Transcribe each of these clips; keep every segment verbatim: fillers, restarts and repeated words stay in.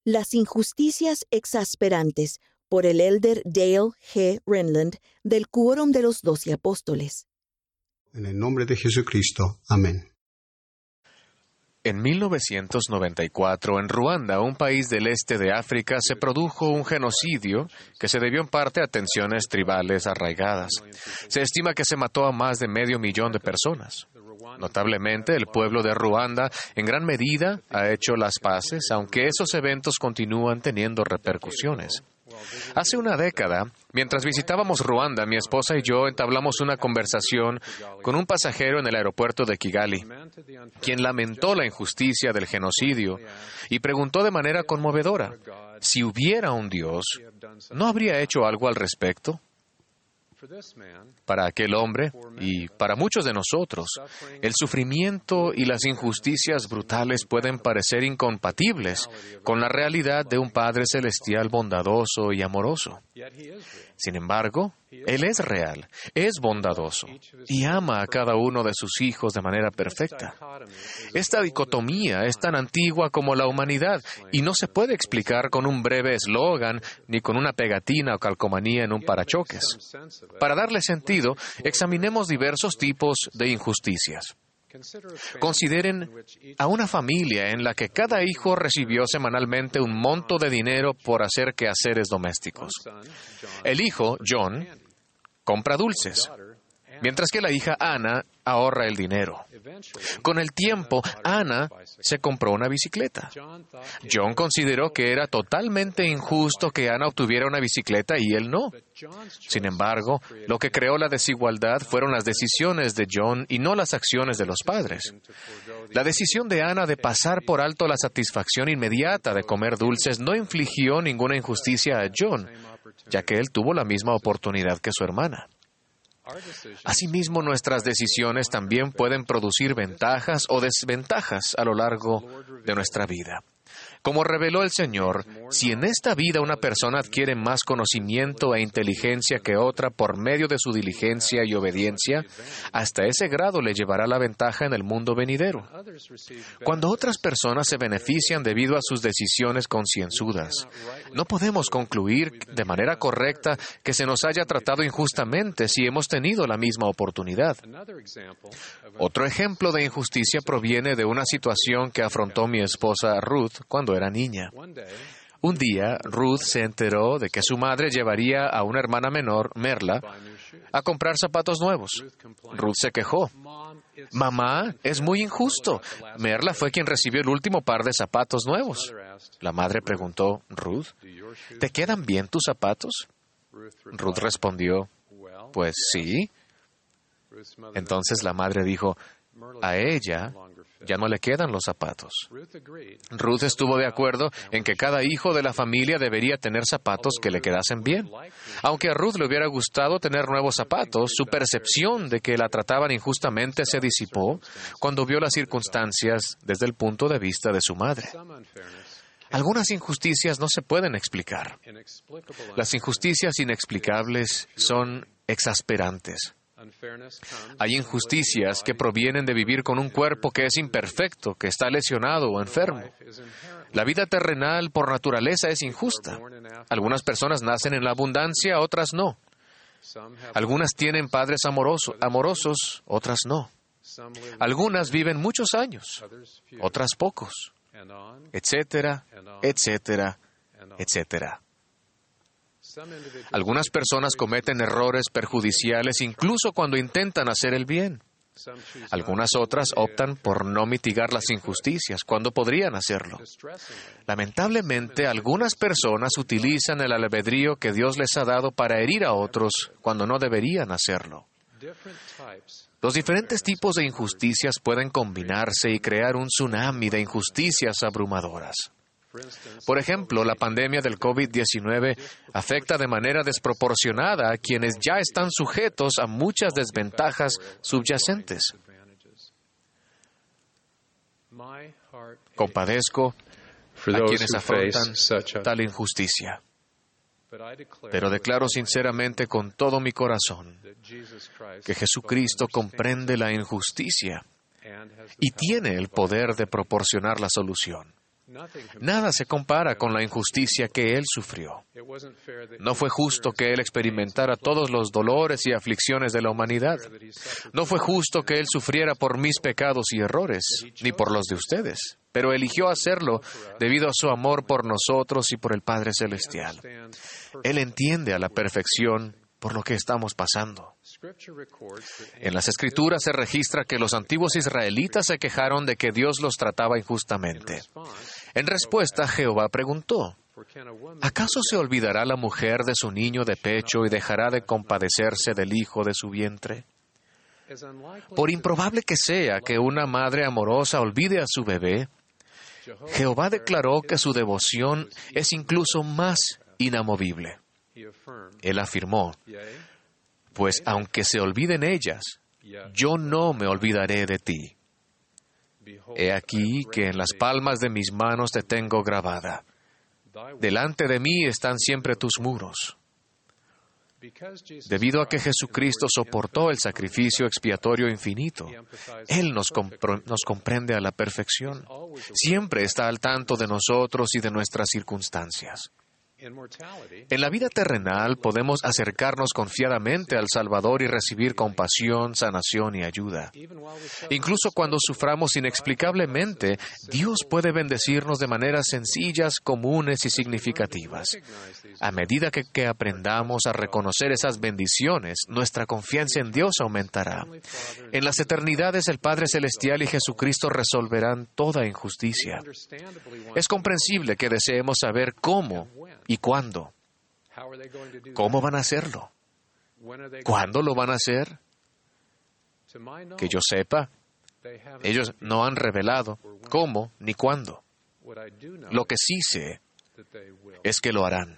Las injusticias exasperantes, por el elder Dale G. Renlund, del Quórum de los Doce Apóstoles. En el nombre de Jesucristo. Amén. En mil novecientos noventa y cuatro, en Ruanda, un país del este de África, se produjo un genocidio que se debió en parte a tensiones tribales arraigadas. Se estima que se mató a más de medio millón de personas. Notablemente, el pueblo de Ruanda, en gran medida, ha hecho las paces, aunque esos eventos continúan teniendo repercusiones. Hace una década, mientras visitábamos Ruanda, mi esposa y yo entablamos una conversación con un pasajero en el aeropuerto de Kigali, quien lamentó la injusticia del genocidio y preguntó de manera conmovedora, si hubiera un Dios, ¿no habría hecho algo al respecto? Para aquel hombre, y para muchos de nosotros, el sufrimiento y las injusticias brutales pueden parecer incompatibles con la realidad de un Padre Celestial bondadoso y amoroso. Sin embargo, Él es real, es bondadoso, y ama a cada uno de sus hijos de manera perfecta. Esta dicotomía es tan antigua como la humanidad, y no se puede explicar con un breve eslogan, ni con una pegatina o calcomanía en un parachoques. Para darle sentido, examinemos diversos tipos de injusticias. Consideren a una familia en la que cada hijo recibió semanalmente un monto de dinero por hacer quehaceres domésticos. El hijo, John, compra dulces, mientras que la hija, Ana, ahorra el dinero. Con el tiempo, Ana se compró una bicicleta. John consideró que era totalmente injusto que Ana obtuviera una bicicleta y él no. Sin embargo, lo que creó la desigualdad fueron las decisiones de John y no las acciones de los padres. La decisión de Ana de pasar por alto la satisfacción inmediata de comer dulces no infligió ninguna injusticia a John, ya que él tuvo la misma oportunidad que su hermana. Asimismo, nuestras decisiones también pueden producir ventajas o desventajas a lo largo de nuestra vida. Como reveló el Señor, si en esta vida una persona adquiere más conocimiento e inteligencia que otra por medio de su diligencia y obediencia, hasta ese grado le llevará la ventaja en el mundo venidero. Cuando otras personas se benefician debido a sus decisiones concienzudas, no podemos concluir de manera correcta que se nos haya tratado injustamente si hemos tenido la misma oportunidad. Otro ejemplo de injusticia proviene de una situación que afrontó mi esposa Ruth cuando era niña. Un día, Ruth se enteró de que su madre llevaría a una hermana menor, Merla, a comprar zapatos nuevos. Ruth se quejó. «Mamá, es muy injusto. Merla fue quien recibió el último par de zapatos nuevos». La madre preguntó, «Ruth, ¿te quedan bien tus zapatos?» Ruth respondió, «Pues sí». Entonces la madre dijo, «A ella ya no le quedan los zapatos». Ruth estuvo de acuerdo en que cada hijo de la familia debería tener zapatos que le quedasen bien. Aunque a Ruth le hubiera gustado tener nuevos zapatos, su percepción de que la trataban injustamente se disipó cuando vio las circunstancias desde el punto de vista de su madre. Algunas injusticias no se pueden explicar. Las injusticias inexplicables son exasperantes. Hay injusticias que provienen de vivir con un cuerpo que es imperfecto, que está lesionado o enfermo. La vida terrenal por naturaleza es injusta. Algunas personas nacen en la abundancia, otras no. Algunas tienen padres amoroso, amorosos, otras no. Algunas viven muchos años, otras pocos, etcétera, etcétera, etcétera. Algunas personas cometen errores perjudiciales incluso cuando intentan hacer el bien. Algunas otras optan por no mitigar las injusticias cuando podrían hacerlo. Lamentablemente, algunas personas utilizan el albedrío que Dios les ha dado para herir a otros cuando no deberían hacerlo. Los diferentes tipos de injusticias pueden combinarse y crear un tsunami de injusticias abrumadoras. Por ejemplo, la pandemia del COVID diecinueve afecta de manera desproporcionada a quienes ya están sujetos a muchas desventajas subyacentes. Compadezco a quienes afrontan tal injusticia, pero declaro sinceramente con todo mi corazón que Jesucristo comprende la injusticia y tiene el poder de proporcionar la solución. Nada se compara con la injusticia que Él sufrió. No fue justo que Él experimentara todos los dolores y aflicciones de la humanidad. No fue justo que Él sufriera por mis pecados y errores, ni por los de ustedes. Pero eligió hacerlo debido a su amor por nosotros y por el Padre Celestial. Él entiende a la perfección por lo que estamos pasando. En las Escrituras se registra que los antiguos israelitas se quejaron de que Dios los trataba injustamente. En respuesta, Jehová preguntó, ¿acaso se olvidará la mujer de su niño de pecho y dejará de compadecerse del hijo de su vientre? Por improbable que sea que una madre amorosa olvide a su bebé, Jehová declaró que su devoción es incluso más inamovible. Él afirmó, pues aunque se olviden ellas, yo no me olvidaré de ti. He aquí que en las palmas de mis manos te tengo grabada. Delante de mí están siempre tus muros. Debido a que Jesucristo soportó el sacrificio expiatorio infinito, Él nos, compro- nos comprende a la perfección. Siempre está al tanto de nosotros y de nuestras circunstancias. En la vida terrenal podemos acercarnos confiadamente al Salvador y recibir compasión, sanación y ayuda. Incluso cuando suframos inexplicablemente, Dios puede bendecirnos de maneras sencillas, comunes y significativas. A medida que, que aprendamos a reconocer esas bendiciones, nuestra confianza en Dios aumentará. En las eternidades, el Padre Celestial y Jesucristo resolverán toda injusticia. Es comprensible que deseemos saber cómo y cuándo. ¿Cómo van a hacerlo? ¿Cuándo lo van a hacer? Que yo sepa, ellos no han revelado cómo ni cuándo. Lo que sí sé es que lo harán.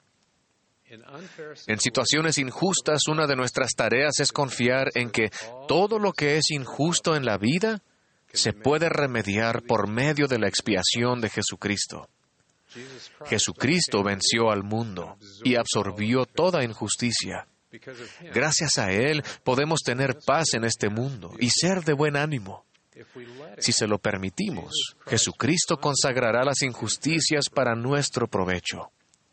En situaciones injustas, una de nuestras tareas es confiar en que todo lo que es injusto en la vida se puede remediar por medio de la expiación de Jesucristo. Jesucristo venció al mundo y absorbió toda injusticia. Gracias a Él podemos tener paz en este mundo y ser de buen ánimo. Si se lo permitimos, Jesucristo consagrará las injusticias para nuestro provecho.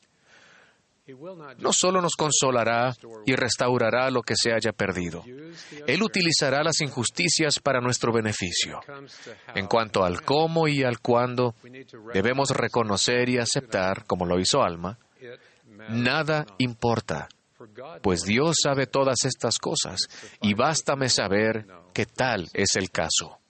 No solo nos consolará y restaurará lo que se haya perdido. Él utilizará las injusticias para nuestro beneficio. En cuanto al cómo y al cuándo, debemos reconocer y aceptar, como lo hizo Alma, nada importa, pues Dios sabe todas estas cosas, y bástame saber que tal es el caso.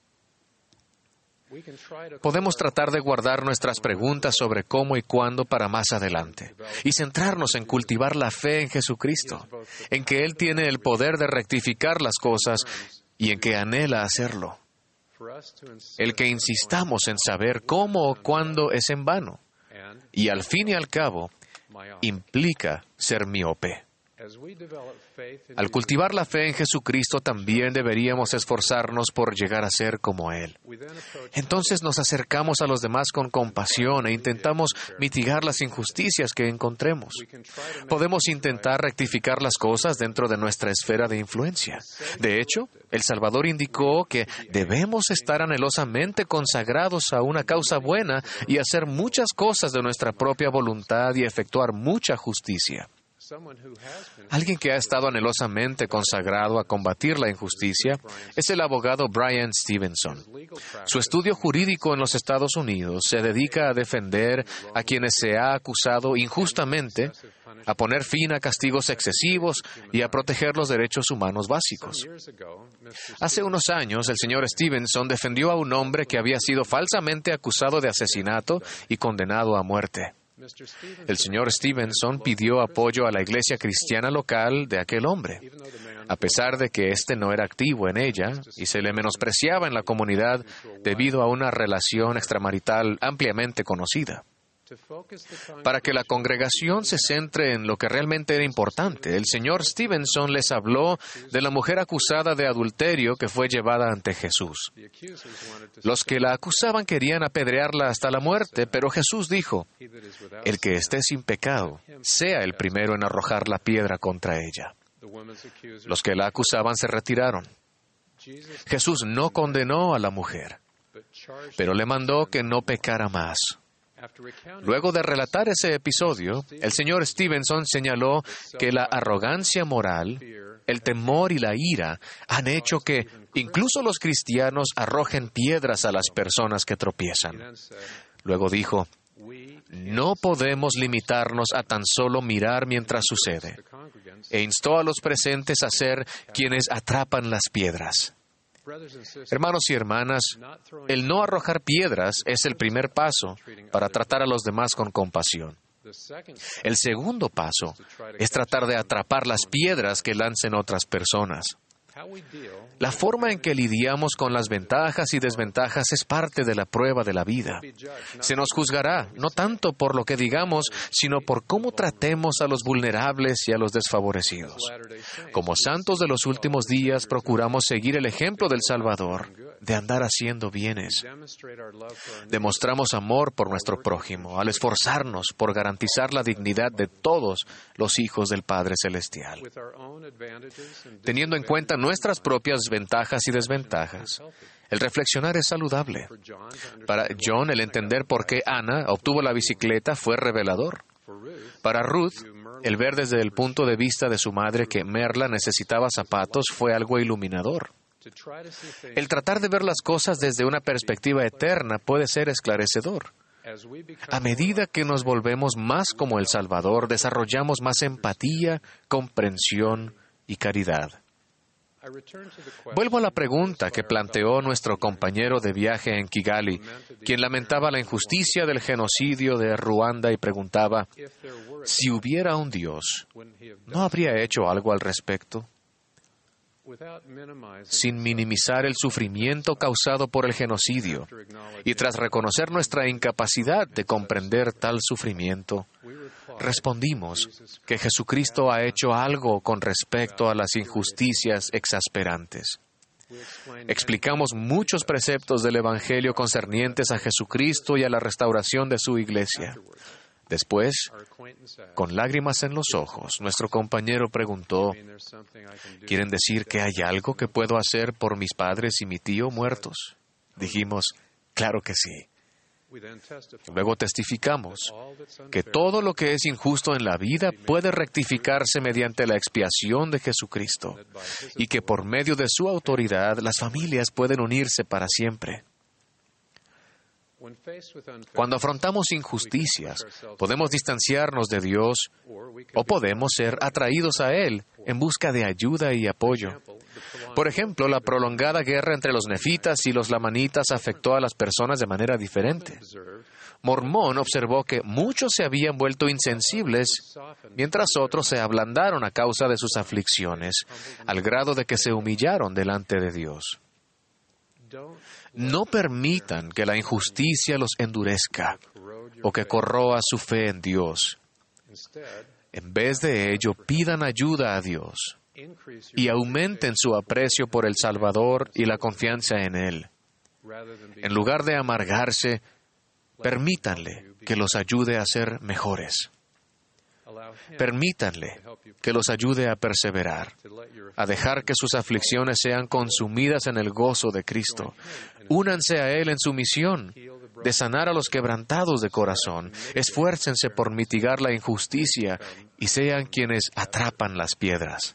Podemos tratar de guardar nuestras preguntas sobre cómo y cuándo para más adelante y centrarnos en cultivar la fe en Jesucristo, en que Él tiene el poder de rectificar las cosas y en que anhela hacerlo. El que insistamos en saber cómo o cuándo es en vano y al fin y al cabo implica ser miope. Al cultivar la fe en Jesucristo también deberíamos esforzarnos por llegar a ser como Él. Entonces nos acercamos a los demás con compasión e intentamos mitigar las injusticias que encontremos. Podemos intentar rectificar las cosas dentro de nuestra esfera de influencia. De hecho, el Salvador indicó que debemos estar anhelosamente consagrados a una causa buena y hacer muchas cosas de nuestra propia voluntad y efectuar mucha justicia. Alguien que ha estado anhelosamente consagrado a combatir la injusticia es el abogado Brian Stevenson. Su estudio jurídico en los Estados Unidos se dedica a defender a quienes se ha acusado injustamente, a poner fin a castigos excesivos y a proteger los derechos humanos básicos. Hace unos años, el señor Stevenson defendió a un hombre que había sido falsamente acusado de asesinato y condenado a muerte. El señor Stevenson pidió apoyo a la iglesia cristiana local de aquel hombre, a pesar de que éste no era activo en ella y se le menospreciaba en la comunidad debido a una relación extramarital ampliamente conocida. Para que la congregación se centre en lo que realmente era importante, el señor Stevenson les habló de la mujer acusada de adulterio que fue llevada ante Jesús. Los que la acusaban querían apedrearla hasta la muerte, pero Jesús dijo, «El que esté sin pecado, sea el primero en arrojar la piedra contra ella». Los que la acusaban se retiraron. Jesús no condenó a la mujer, pero le mandó que no pecara más. Luego de relatar ese episodio, el señor Stevenson señaló que la arrogancia moral, el temor y la ira han hecho que incluso los cristianos arrojen piedras a las personas que tropiezan. Luego dijo, no podemos limitarnos a tan solo mirar mientras sucede, e instó a los presentes a ser quienes atrapan las piedras. Hermanos y hermanas, el no arrojar piedras es el primer paso para tratar a los demás con compasión. El segundo paso es tratar de atrapar las piedras que lancen otras personas. La forma en que lidiamos con las ventajas y desventajas es parte de la prueba de la vida. Se nos juzgará, no tanto por lo que digamos, sino por cómo tratemos a los vulnerables y a los desfavorecidos. Como santos de los últimos días, procuramos seguir el ejemplo del Salvador, de andar haciendo bienes. Demostramos amor por nuestro prójimo, al esforzarnos por garantizar la dignidad de todos los hijos del Padre Celestial. Teniendo en cuenta nuestras propias ventajas y desventajas, el reflexionar es saludable. Para John, el entender por qué Ana obtuvo la bicicleta fue revelador. Para Ruth, el ver desde el punto de vista de su madre que Merla necesitaba zapatos fue algo iluminador. El tratar de ver las cosas desde una perspectiva eterna puede ser esclarecedor. A medida que nos volvemos más como el Salvador, desarrollamos más empatía, comprensión y caridad. Vuelvo a la pregunta que planteó nuestro compañero de viaje en Kigali, quien lamentaba la injusticia del genocidio de Ruanda y preguntaba, si hubiera un Dios, ¿no habría hecho algo al respecto? Sin minimizar el sufrimiento causado por el genocidio, y tras reconocer nuestra incapacidad de comprender tal sufrimiento, respondimos que Jesucristo ha hecho algo con respecto a las injusticias exasperantes. Explicamos muchos preceptos del Evangelio concernientes a Jesucristo y a la restauración de su iglesia. Después, con lágrimas en los ojos, nuestro compañero preguntó, ¿quieren decir que hay algo que puedo hacer por mis padres y mi tío muertos? Dijimos, claro que sí. Luego testificamos que todo lo que es injusto en la vida puede rectificarse mediante la expiación de Jesucristo y que por medio de su autoridad las familias pueden unirse para siempre. Cuando afrontamos injusticias, podemos distanciarnos de Dios o podemos ser atraídos a Él en busca de ayuda y apoyo. Por ejemplo, la prolongada guerra entre los nefitas y los lamanitas afectó a las personas de manera diferente. Mormón observó que muchos se habían vuelto insensibles, mientras otros se ablandaron a causa de sus aflicciones, al grado de que se humillaron delante de Dios. No permitan que la injusticia los endurezca o que corroa su fe en Dios. En vez de ello, pidan ayuda a Dios y aumenten su aprecio por el Salvador y la confianza en Él. En lugar de amargarse, permítanle que los ayude a ser mejores. Permítanle que los ayude a perseverar, a dejar que sus aflicciones sean consumidas en el gozo de Cristo. Únanse a Él en su misión de sanar a los quebrantados de corazón. Esfuércense por mitigar la injusticia y sean quienes atrapan las piedras.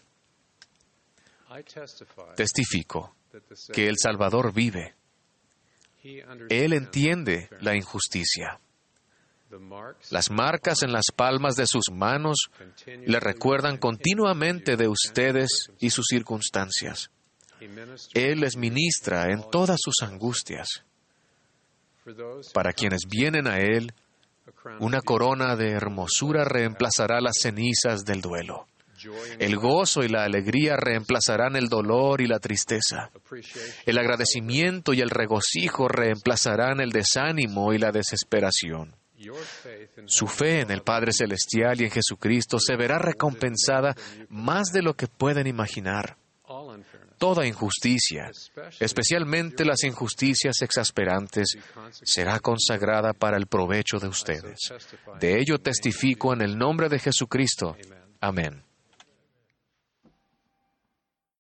Testifico que el Salvador vive. Él entiende la injusticia. Las marcas en las palmas de sus manos le recuerdan continuamente de ustedes y sus circunstancias. Él les ministra en todas sus angustias. Para quienes vienen a Él, una corona de hermosura reemplazará las cenizas del duelo. El gozo y la alegría reemplazarán el dolor y la tristeza. El agradecimiento y el regocijo reemplazarán el desánimo y la desesperación. Su fe en el Padre Celestial y en Jesucristo se verá recompensada más de lo que pueden imaginar. Toda injusticia, especialmente las injusticias exasperantes, será consagrada para el provecho de ustedes. De ello testifico en el nombre de Jesucristo. Amén.